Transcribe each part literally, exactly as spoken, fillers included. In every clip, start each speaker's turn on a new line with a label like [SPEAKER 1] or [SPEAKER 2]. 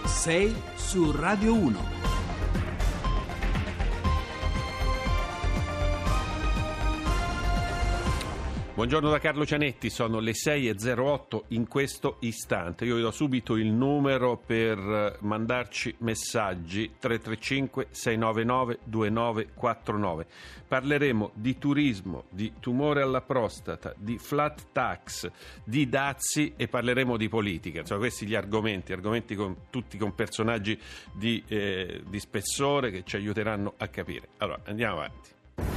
[SPEAKER 1] sei su Radio uno.
[SPEAKER 2] Buongiorno da Carlo Cianetti, sono le sei e zero otto in questo istante. Io vi do subito il numero per mandarci messaggi: tre tre cinque sei nove nove due nove quattro nove. Parleremo di turismo, di tumore alla prostata, di flat tax, di dazi e parleremo di politica. Insomma, questi gli argomenti, argomenti con, tutti con personaggi di, eh, di spessore che ci aiuteranno a capire. Allora, andiamo avanti.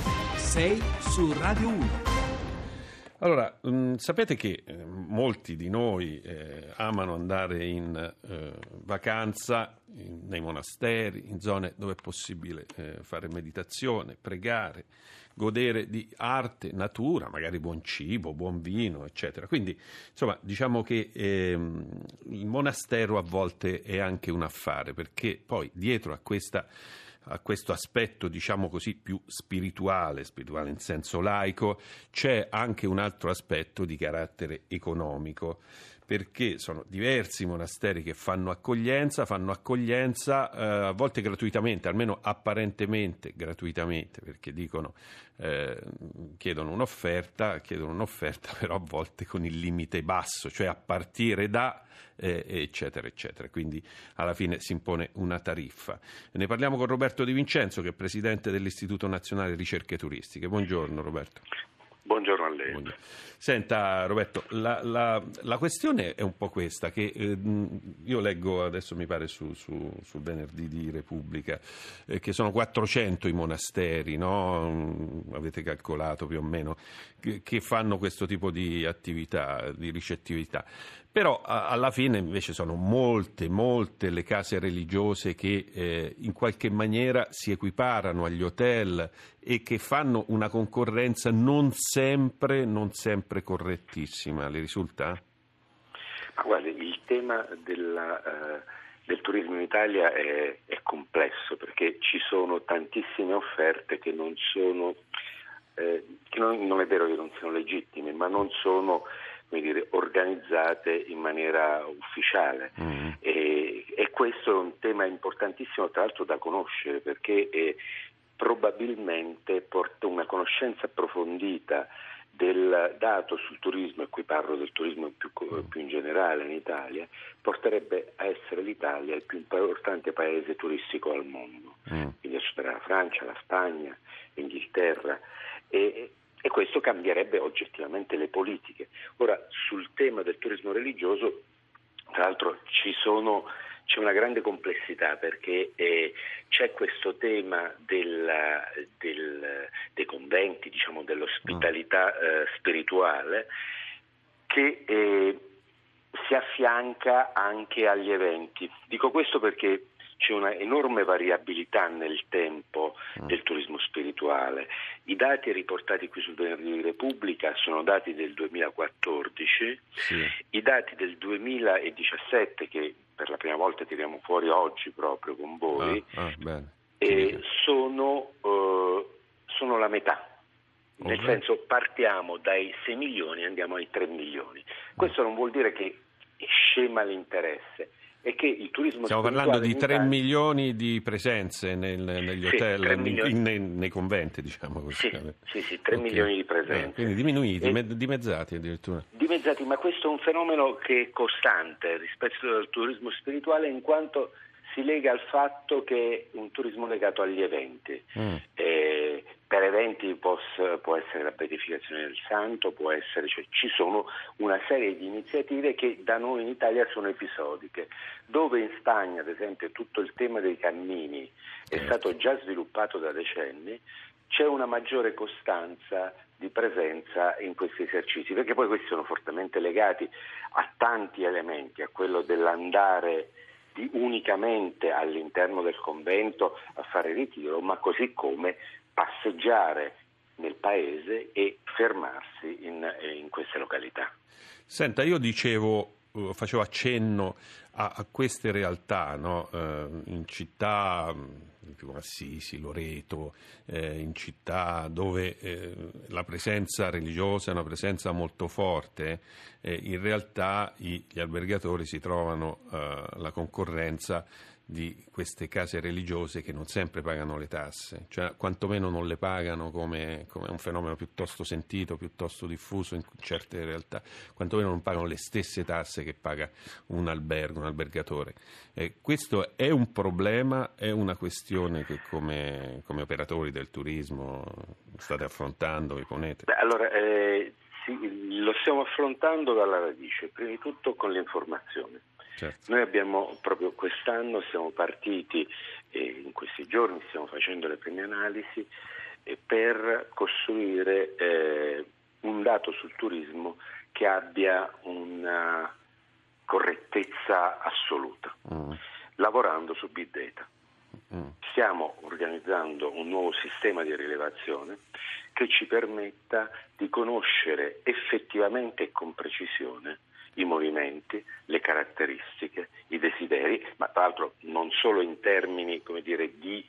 [SPEAKER 1] sei su Radio uno.
[SPEAKER 2] Allora, mh, sapete che eh, molti di noi eh, amano andare in eh, vacanza in, nei monasteri, in zone dove è possibile eh, fare meditazione, pregare, godere di arte, natura, magari buon cibo, buon vino, eccetera. Quindi, insomma, diciamo che eh, il monastero a volte è anche un affare, perché poi dietro a questa a questo aspetto, diciamo così, più spirituale, spirituale in senso laico, c'è anche un altro aspetto di carattere economico, perché sono diversi monasteri che fanno accoglienza, fanno accoglienza eh, a volte gratuitamente, almeno apparentemente gratuitamente, perché dicono, eh, chiedono un'offerta, chiedono un'offerta, però a volte con il limite basso, cioè a partire da eh, eccetera eccetera, quindi alla fine si impone una tariffa. Ne parliamo con Roberto Di Vincenzo, che è presidente dell'Istituto Nazionale Ricerche Turistiche. Buongiorno Roberto.
[SPEAKER 3] Buongiorno a lei.
[SPEAKER 2] Buongiorno. Senta Roberto, la, la, la questione è un po' questa, che eh, io leggo adesso, mi pare su, su, sul venerdì di Repubblica, eh, che sono quattrocento i monasteri, no? Avete calcolato più o meno, che, che fanno questo tipo di attività, di ricettività. Però a, alla fine invece sono molte, molte le case religiose che eh, in qualche maniera si equiparano agli hotel e che fanno una concorrenza non sempre, non sempre correttissima. Le risulta?
[SPEAKER 3] Ma guardi, il tema della, uh, del turismo in Italia è, è complesso, perché ci sono tantissime offerte che non sono, eh, che non, non è vero che non siano legittime, ma non sono, come dire, organizzate in maniera ufficiale. Mm. E, e questo è un tema importantissimo, tra l'altro, da conoscere, perché è, probabilmente porta una conoscenza approfondita del dato sul turismo, e qui parlo del turismo più, più in generale in Italia, porterebbe a essere l'Italia il più importante paese turistico al mondo, mm. quindi a superare la Francia, la Spagna, l'Inghilterra, e, e questo cambierebbe oggettivamente le politiche. Ora, sul tema del turismo religioso, tra l'altro ci sono c'è una grande complessità, perché eh, c'è questo tema del, del, dei conventi, diciamo dell'ospitalità eh, spirituale, che eh, si affianca anche agli eventi. Dico questo perché c'è una enorme variabilità nel tempo del turismo spirituale. I dati riportati qui sul venerdì di Repubblica sono dati del duemilaquattordici, sì. I dati del duemiladiciassette, che per la prima volta tiriamo fuori oggi proprio con voi, ah, ah, bene. E sono, uh, sono la metà. Nel okay. senso, partiamo dai sei milioni e andiamo ai tre milioni. Questo non vuol dire che scema l'interesse, è che il turismo
[SPEAKER 2] stiamo parlando di tre milioni di presenze nel, negli
[SPEAKER 3] sì,
[SPEAKER 2] hotel, in, nei, nei conventi, diciamo così.
[SPEAKER 3] Sì, sì, sì tre okay. milioni di presenze.
[SPEAKER 2] Eh, quindi diminuiti, e, dimezzati addirittura.
[SPEAKER 3] Dimezzati, ma questo è un fenomeno che è costante rispetto al turismo spirituale, in quanto si lega al fatto che è un turismo legato agli eventi. Mm. Eh, per eventi può, può essere la beatificazione del santo, può essere, cioè, ci sono una serie di iniziative che da noi in Italia sono episodiche. Dove in Spagna, ad esempio, tutto il tema dei cammini è eh. stato già sviluppato da decenni, c'è una maggiore costanza di presenza in questi esercizi, perché poi questi sono fortemente legati a tanti elementi, a quello dell'andare di unicamente all'interno del convento a fare ritiro, ma così come passeggiare nel paese e fermarsi in, in queste località.
[SPEAKER 2] Senta, io dicevo, facevo accenno a, a queste realtà, no? eh, in città più Assisi, Loreto, eh, in città dove eh, la presenza religiosa è una presenza molto forte, eh, in realtà i, gli albergatori si trovano eh, la concorrenza di queste case religiose che non sempre pagano le tasse, cioè quantomeno non le pagano come, come un fenomeno piuttosto sentito, piuttosto diffuso in certe realtà, quantomeno non pagano le stesse tasse che paga un albergo, un albergatore. Eh, questo è un problema, è una questione che come, come operatori del turismo state affrontando, vi ponete?
[SPEAKER 3] Beh, allora, eh, sì, lo stiamo affrontando dalla radice, prima di tutto con l'informazione. Certo. Noi abbiamo proprio quest'anno siamo partiti eh, in questi giorni stiamo facendo le prime analisi eh, per costruire eh, un dato sul turismo che abbia una correttezza assoluta, mm. lavorando su big data. Mm. Stiamo organizzando un nuovo sistema di rilevazione che ci permetta di conoscere effettivamente e con precisione i movimenti, le caratteristiche, i desideri, ma tra l'altro non solo in termini, come dire, di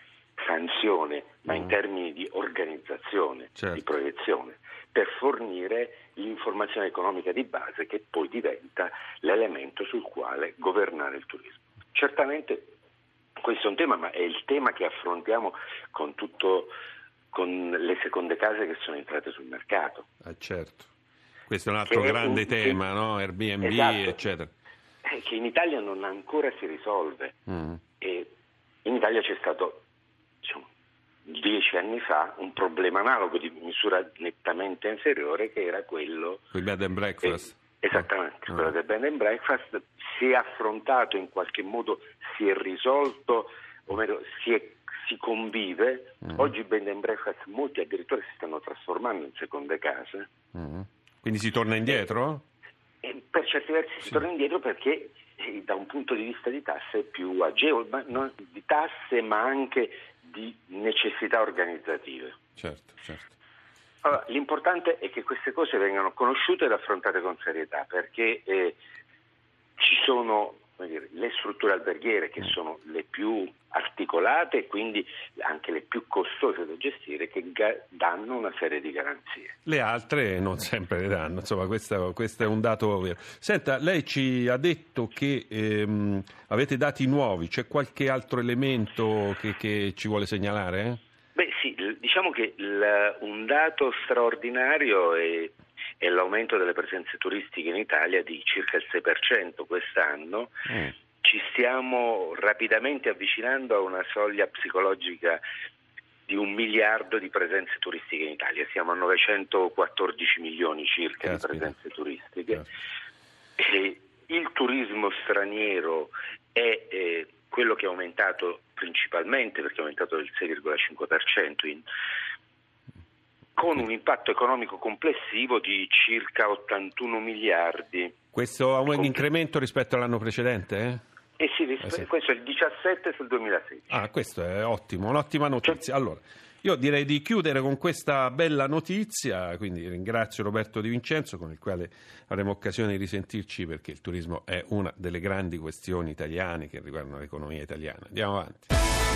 [SPEAKER 3] sanzione, ma in termini di organizzazione, certo. di proiezione, per fornire l'informazione economica di base che poi diventa l'elemento sul quale governare il turismo. Certamente questo è un tema, ma è il tema che affrontiamo con tutto, con le seconde case che sono entrate sul mercato.
[SPEAKER 2] Ah, certo. Questo è un altro grande un, tema, che, no? Airbnb, esatto, eccetera.
[SPEAKER 3] Che in Italia non ancora si risolve. Mm. E in Italia c'è stato, diciamo, dieci anni fa un problema analogo di misura nettamente inferiore, che era quello...
[SPEAKER 2] Il bed and breakfast.
[SPEAKER 3] Eh, esattamente, oh. quello del bed and breakfast. Si è affrontato in qualche modo, si è risolto, o meglio, si, è, si convive. Mm. Oggi i bed and breakfast, molti addirittura si stanno trasformando in seconde case.
[SPEAKER 2] Mm. Quindi si torna indietro?
[SPEAKER 3] Eh, per certi versi sì. si torna indietro perché eh, da un punto di vista di tasse è più agevole, ma non di tasse ma anche di necessità organizzative.
[SPEAKER 2] Certo, certo.
[SPEAKER 3] Allora, l'importante è che queste cose vengano conosciute ed affrontate con serietà, perché eh, ci sono, come dire, le strutture alberghiere che sono le più articolate e quindi anche le più costose da gestire, che ga- danno una serie di garanzie.
[SPEAKER 2] Le altre non sempre le danno, insomma questo, questo è un dato vero. Senta, lei ci ha detto che ehm, avete dati nuovi, c'è qualche altro elemento che, che ci vuole segnalare?
[SPEAKER 3] Beh sì, diciamo che il, un dato straordinario è, è l'aumento delle presenze turistiche in Italia di circa il sei per cento quest'anno. Mm. Ci stiamo rapidamente avvicinando a una soglia psicologica di un miliardo di presenze turistiche in Italia. Siamo a novecentoquattordici milioni circa Caspita. di presenze turistiche. Caspita. E il turismo straniero è eh, quello che è aumentato principalmente, perché è aumentato del sei virgola cinque per cento, in, con un impatto economico complessivo di circa ottantuno miliardi.
[SPEAKER 2] Questo ha un Com- incremento rispetto all'anno precedente? Eh?
[SPEAKER 3] Eh sì, rispe- eh sì, questo è il diciassette sul duemilasedici.
[SPEAKER 2] Ah, questo è ottimo, un'ottima notizia. Allora, io direi di chiudere con questa bella notizia, quindi ringrazio Roberto Di Vincenzo, con il quale avremo occasione di risentirci, perché il turismo è una delle grandi questioni italiane che riguardano l'economia italiana. Andiamo avanti.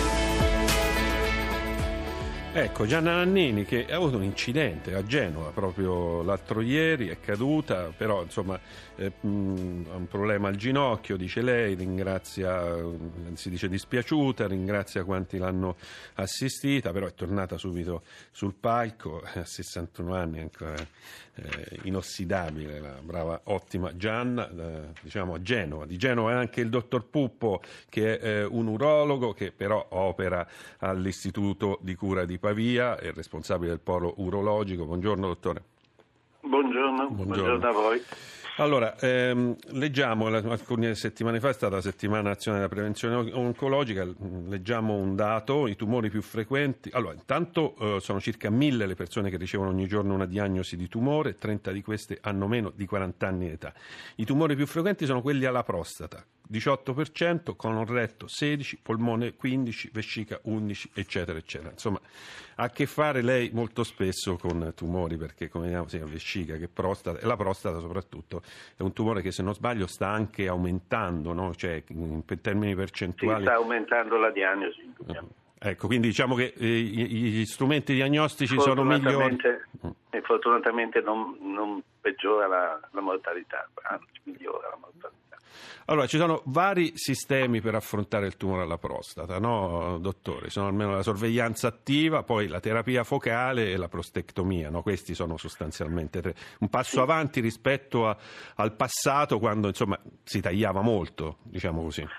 [SPEAKER 2] Ecco, Gianna Nannini, che ha avuto un incidente a Genova proprio l'altro ieri, è caduta, però insomma eh, mh, ha un problema al ginocchio, dice lei, ringrazia, si dice dispiaciuta, ringrazia quanti l'hanno assistita, però è tornata subito sul palco, a sessantuno anni, ancora eh, inossidabile, la brava, ottima Gianna, eh, diciamo a Genova. Di Genova è anche il dottor Puppo, che è eh, un urologo, che però opera all'Istituto di Cura di Pavia, è responsabile del polo urologico. Buongiorno dottore.
[SPEAKER 4] Buongiorno, buongiorno, buongiorno a voi.
[SPEAKER 2] Allora, ehm, leggiamo, alcune settimane fa è stata la settimana nazionale della prevenzione oncologica, leggiamo un dato, i tumori più frequenti. Allora, intanto eh, sono circa mille le persone che ricevono ogni giorno una diagnosi di tumore, trenta di queste hanno meno di quaranta anni di età. I tumori più frequenti sono quelli alla prostata, diciotto per cento, colon retto sedici, polmone quindici, vescica undici, eccetera, eccetera. Insomma, ha a che fare lei molto spesso con tumori, perché come vediamo sia vescica che prostata, e la prostata soprattutto è un tumore che, se non sbaglio, sta anche aumentando, no? Cioè, in termini percentuali.
[SPEAKER 4] Sì, sta aumentando la diagnosi.
[SPEAKER 2] Ecco, quindi diciamo che eh, gli strumenti diagnostici sono migliori.
[SPEAKER 4] E fortunatamente non, non peggiora la, la mortalità, anzi migliora la mortalità.
[SPEAKER 2] Allora, ci sono vari sistemi per affrontare il tumore alla prostata, no, dottore? Sono almeno la sorveglianza attiva, poi la terapia focale e la prostectomia, no? Questi sono sostanzialmente tre. Un passo
[SPEAKER 4] sì.
[SPEAKER 2] avanti rispetto a, al passato, quando insomma si tagliava molto, diciamo così.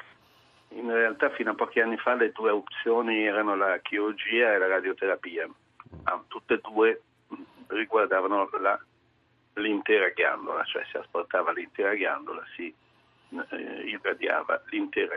[SPEAKER 4] In realtà fino a pochi anni fa le due opzioni erano la chirurgia e la radioterapia. Ah, tutte e due riguardavano la, l'intera ghiandola, cioè si asportava l'intera ghiandola, si eh, irradiava l'intera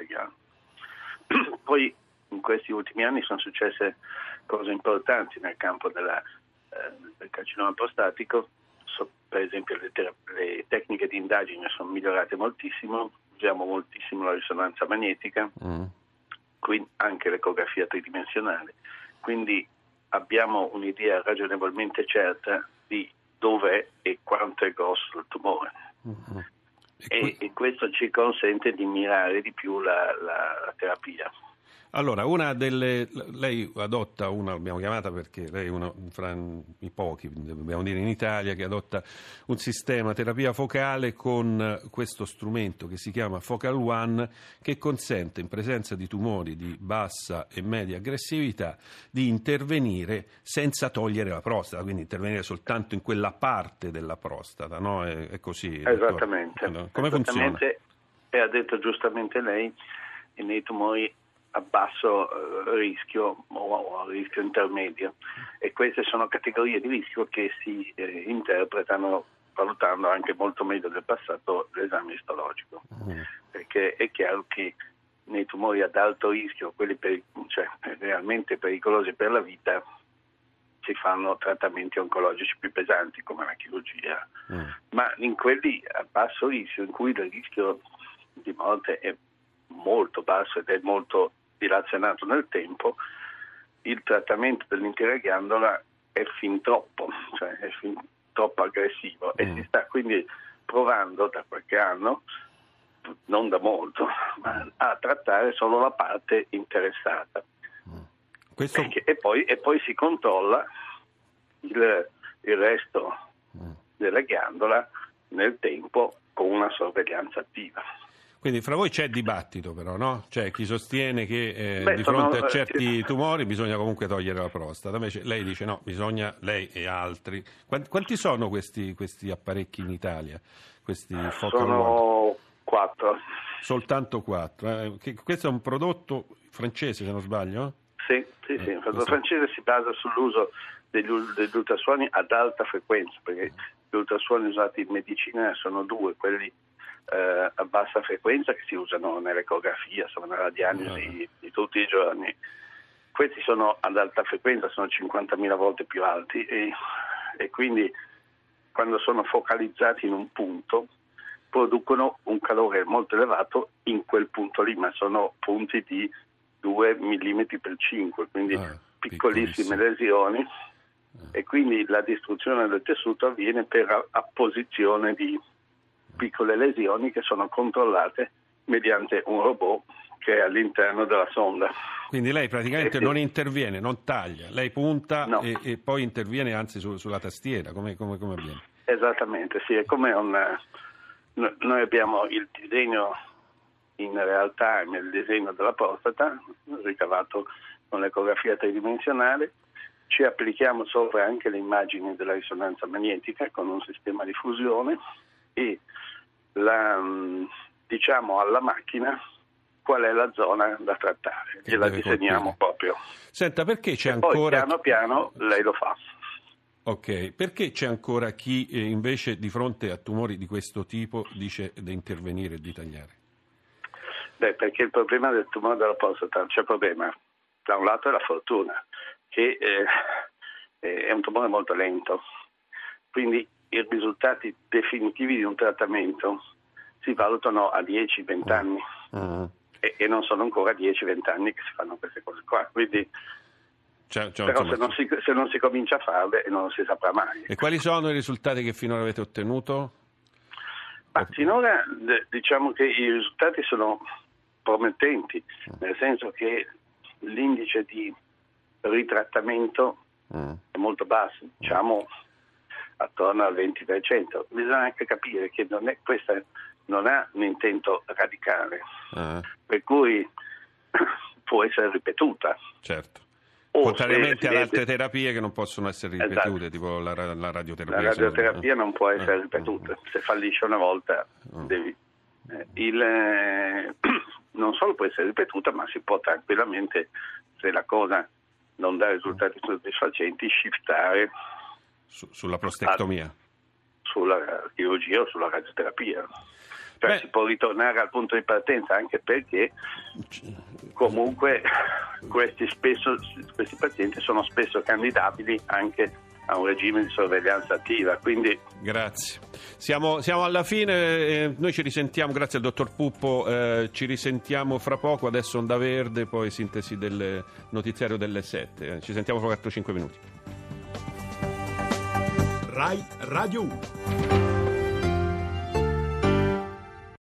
[SPEAKER 4] ghiandola. Poi in questi ultimi anni sono successe cose importanti nel campo della, eh, del carcinoma prostatico. So, per esempio le, ter- le tecniche di indagine sono migliorate moltissimo, usiamo moltissimo la risonanza magnetica, mm. quindi anche l'ecografia tridimensionale, quindi abbiamo un'idea ragionevolmente certa di dov'è e quanto è grosso il tumore. Mm-hmm. E, e, e questo ci consente di mirare di più la, la, la terapia.
[SPEAKER 2] Allora, una delle lei adotta una, l'abbiamo chiamata perché lei è uno fra i pochi, dobbiamo dire, in Italia che adotta un sistema terapia focale con questo strumento che si chiama Focal One, che consente, in presenza di tumori di bassa e media aggressività, di intervenire senza togliere la prostata, quindi intervenire soltanto in quella parte della prostata, no? È, è così.
[SPEAKER 4] Esattamente.
[SPEAKER 2] Come
[SPEAKER 4] Esattamente.
[SPEAKER 2] funziona?
[SPEAKER 4] E ha detto giustamente lei, nei tumori a basso eh, rischio o a rischio intermedio, e queste sono categorie di rischio che si eh, interpretano valutando anche molto meglio del passato l'esame istologico, mm. perché è chiaro che nei tumori ad alto rischio, quelli per, cioè, realmente pericolosi per la vita, si fanno trattamenti oncologici più pesanti come la chirurgia, mm. ma in quelli a basso rischio, in cui il rischio di morte è molto basso ed è molto dilazionato nel tempo, il trattamento dell'intera ghiandola è fin troppo, cioè è fin troppo aggressivo, mm. e si sta quindi provando da qualche anno, non da molto, ma a trattare solo la parte interessata. Mm. Questo... e, e, poi, e poi si controlla il, il resto mm. della ghiandola nel tempo con una sorveglianza attiva.
[SPEAKER 2] Quindi fra voi c'è dibattito però, no? C'è chi sostiene che eh,
[SPEAKER 4] Beh,
[SPEAKER 2] di fronte
[SPEAKER 4] sono,
[SPEAKER 2] a certi
[SPEAKER 4] eh,
[SPEAKER 2] tumori bisogna comunque togliere la prostata, invece lei dice no, bisogna, lei e altri. Quanti, quanti sono questi, questi apparecchi in Italia? Questi
[SPEAKER 4] sono quattro.
[SPEAKER 2] Soltanto quattro. Eh? Che, questo è un prodotto francese, se non sbaglio?
[SPEAKER 4] Sì, sì, sì. Il prodotto francese si basa sull'uso degli, degli ultrasuoni ad alta frequenza, perché gli ultrasuoni usati in medicina sono due, quelli Eh, a bassa frequenza che si usano nell'ecografia, insomma nella diagnosi di, di tutti i giorni. Questi sono ad alta frequenza, sono cinquantamila volte più alti e, e quindi quando sono focalizzati in un punto producono un calore molto elevato in quel punto lì, ma sono punti di due millimetri per cinque, quindi ah, piccolissime lesioni, ah. e quindi la distruzione del tessuto avviene per apposizione di piccole lesioni che sono controllate mediante un robot che è all'interno della sonda.
[SPEAKER 2] Quindi lei praticamente eh, non sì. interviene, non taglia, lei punta
[SPEAKER 4] no.
[SPEAKER 2] e, e poi interviene anzi su, sulla tastiera, come, come, come avviene?
[SPEAKER 4] Esattamente, sì, è come un... Noi abbiamo il disegno in realtà nel disegno della prostata, ricavato con l'ecografia tridimensionale, ci applichiamo sopra anche le immagini della risonanza magnetica con un sistema di fusione e la, diciamo alla macchina qual è la zona da trattare, e la disegniamo colpire. proprio.
[SPEAKER 2] Senta, perché c'è
[SPEAKER 4] e
[SPEAKER 2] ancora
[SPEAKER 4] poi piano piano lei lo fa.
[SPEAKER 2] Ok, perché c'è ancora chi eh, invece di fronte a tumori di questo tipo dice di intervenire e di tagliare?
[SPEAKER 4] Beh, perché il problema del tumore della prostata, c'è il problema, da un lato è la fortuna, che eh, è un tumore molto lento, quindi i risultati definitivi di un trattamento si valutano a dieci venti anni.
[SPEAKER 2] Uh-huh.
[SPEAKER 4] e, e non sono ancora dieci venti anni che si fanno queste cose qua, quindi
[SPEAKER 2] C'è, c'è,
[SPEAKER 4] però
[SPEAKER 2] insomma,
[SPEAKER 4] se, non si, se non si comincia a farle non si saprà mai.
[SPEAKER 2] E quali sono i risultati che finora avete ottenuto?
[SPEAKER 4] Ma finora d- diciamo che i risultati sono promettenti, nel senso che l'indice di ritrattamento
[SPEAKER 2] Mm.
[SPEAKER 4] è molto basso, diciamo attorno al venti per cento. Bisogna anche capire che non è, questa non ha un intento radicale,
[SPEAKER 2] Ah,
[SPEAKER 4] per cui può essere ripetuta.
[SPEAKER 2] certo.
[SPEAKER 4] O
[SPEAKER 2] Contrariamente
[SPEAKER 4] se-
[SPEAKER 2] ad
[SPEAKER 4] se-
[SPEAKER 2] altre terapie che non possono essere
[SPEAKER 4] Esatto.
[SPEAKER 2] ripetute, tipo la, ra- la radioterapia.
[SPEAKER 4] La
[SPEAKER 2] se non sbaglio.
[SPEAKER 4] radioterapia non può essere
[SPEAKER 2] Eh,
[SPEAKER 4] ripetuta,
[SPEAKER 2] mm,
[SPEAKER 4] se fallisce una volta
[SPEAKER 2] Mm.
[SPEAKER 4] devi... eh, il, eh, non solo può essere ripetuta, ma si può tranquillamente, se la cosa non dà risultati soddisfacenti, shiftare
[SPEAKER 2] su- sulla prostectomia.
[SPEAKER 4] sulla chirurgia o sulla radioterapia. Cioè
[SPEAKER 2] Beh.
[SPEAKER 4] si può ritornare al punto di partenza, anche perché comunque questi, spesso, questi pazienti sono spesso candidabili anche a un regime di sorveglianza attiva, quindi
[SPEAKER 2] Grazie. Siamo, siamo alla fine, eh, noi ci risentiamo, grazie al dottor Puppo, eh, ci risentiamo fra poco, adesso Onda Verde, poi sintesi del notiziario delle sette. Eh, ci sentiamo fra quattro cinque minuti.
[SPEAKER 1] Rai Radio uno.